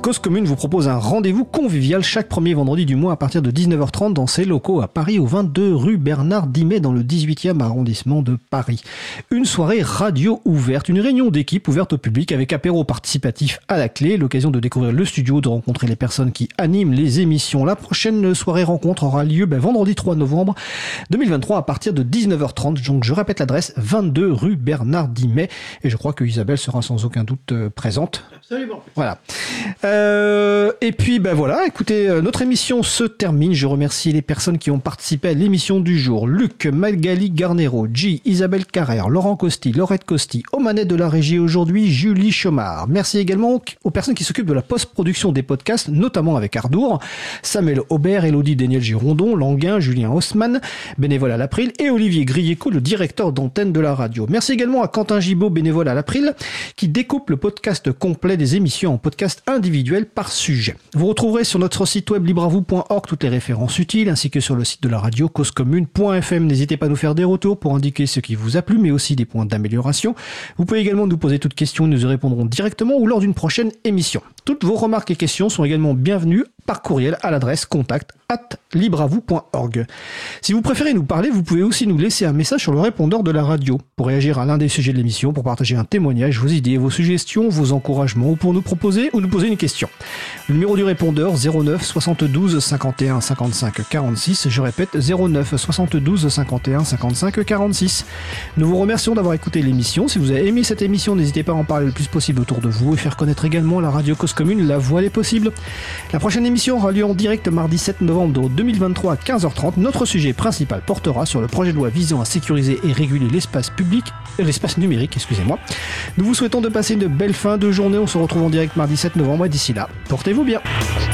Cause Commune vous propose un rendez-vous convivial chaque premier vendredi du mois à partir de 19h30 dans ses locaux à Paris, au 22 rue Bernard Dimet dans le 18e arrondissement de Paris. Une soirée radio ouverte, une réunion d'équipe ouverte au public avec apéro participatif à la clé, l'occasion de découvrir le studio, de rencontrer les personnes qui animent les émissions. La prochaine soirée rencontre aura lieu vendredi 3 novembre 2023 à partir de 19h30. Donc je répète l'adresse, 22 rue Bernard Dimet, et je crois que Isabelle sera sans aucun doute présente. Absolument. Voilà. Et puis voilà, écoutez, notre émission se termine. Je remercie les personnes qui ont participé à l'émission du jour. Luc, Magali Garnero, G, Isabelle Carrère, Laurent Costi, Laurette Costi, aux manettes de la régie aujourd'hui, Julie Chomard. Merci également aux personnes qui s'occupent de la post-production des podcasts, notamment avec Ardour, Samuel Aubert, Elodie Daniel Girondon, Languin, Julien Haussmann, bénévole à l'April, et Olivier Grieco, le directeur d'antenne de la radio. Merci également à Quentin Gibaud, bénévole à l'April, qui découpe le podcast complet des émissions en podcast individuel par sujet. Vous retrouverez sur notre site web libreavou.org toutes les références utiles, ainsi que sur le site de la radio causecommune.fm. N'hésitez pas à nous faire des retours pour indiquer ce qui vous a plu, mais aussi des points d'amélioration. Vous pouvez également nous poser toutes questions, nous y répondrons directement ou lors d'une prochaine émission. Toutes vos remarques et questions sont également bienvenues par courriel à l'adresse contact@libreavou.org. Si vous préférez nous parler, vous pouvez aussi nous laisser un message sur le répondeur de la radio pour réagir à l'un des sujets de l'émission, pour partager un témoignage, vos idées, vos suggestions, vos encouragements, ou pour nous proposer ou nous poser une question. Le numéro du répondeur 09 72 51 55 46. Je répète, 09 72 51 55 46. Nous vous remercions d'avoir écouté l'émission. Si vous avez aimé cette émission, n'hésitez pas à en parler le plus possible autour de vous et faire connaître également la radio Cause Commune, la voix des possibles. La prochaine émission aura lieu en direct mardi 7 novembre 2023 à 15h30. Notre sujet principal portera sur le projet de loi visant à sécuriser et réguler l'espace public, l'espace numérique, excusez-moi. Nous vous souhaitons de passer une belle fin de journée. On se retrouve en direct mardi 7 novembre et d'ici là, portez-vous bien.